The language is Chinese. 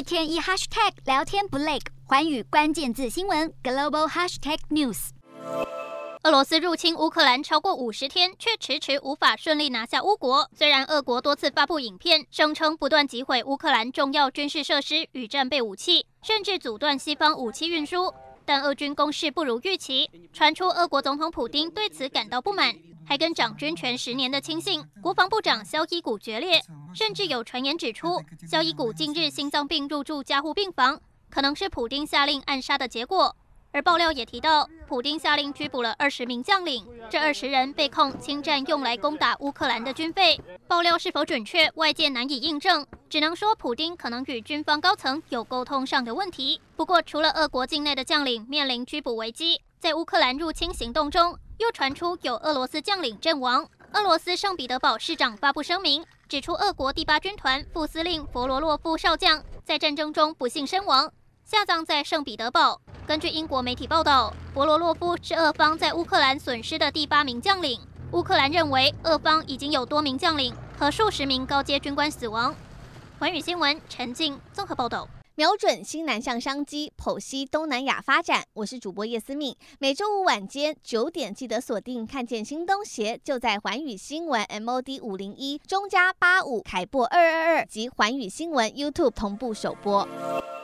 天一 hashtag 聊天不累，寰宇关键字新闻 global hashtag news。 俄罗斯入侵乌克兰超过50天，却迟迟无法顺利拿下乌国。虽然俄国多次发布影片，声称不断击毁乌克兰重要军事设施与战备武器，甚至阻断西方武器运输，但俄军攻势不如预期。传出俄国总统普丁对此感到不满，还跟掌军权10年的亲信国防部长肖伊古决裂。甚至有传言指出，肖伊古近日心脏病入住加护病房，可能是普丁下令暗杀的结果。而爆料也提到，普丁下令拘捕了20名将领，这20人被控侵占用来攻打乌克兰的军费。爆料是否准确，外界难以印证，只能说普丁可能与军方高层有沟通上的问题。不过，除了俄国境内的将领面临拘捕危机，在乌克兰入侵行动中，又传出有俄罗斯将领阵亡。俄罗斯圣彼得堡市长发布声明，指出俄国第8军团副司令弗罗洛夫少将在战争中不幸身亡，下葬在圣彼得堡。根据英国媒体报道，弗罗洛夫是俄方在乌克兰损失的第8名将领。乌克兰认为，俄方已经有多名将领和数十名高阶军官死亡。寰宇新闻陈静综合报道。 瞄准新南向商机，剖析东南亚发展。我是主播叶思敏，每周五晚间9点记得锁定，看见新东协就在寰宇新闻 MOD 501中加85凯擘222及寰宇新闻 YouTube 同步首播。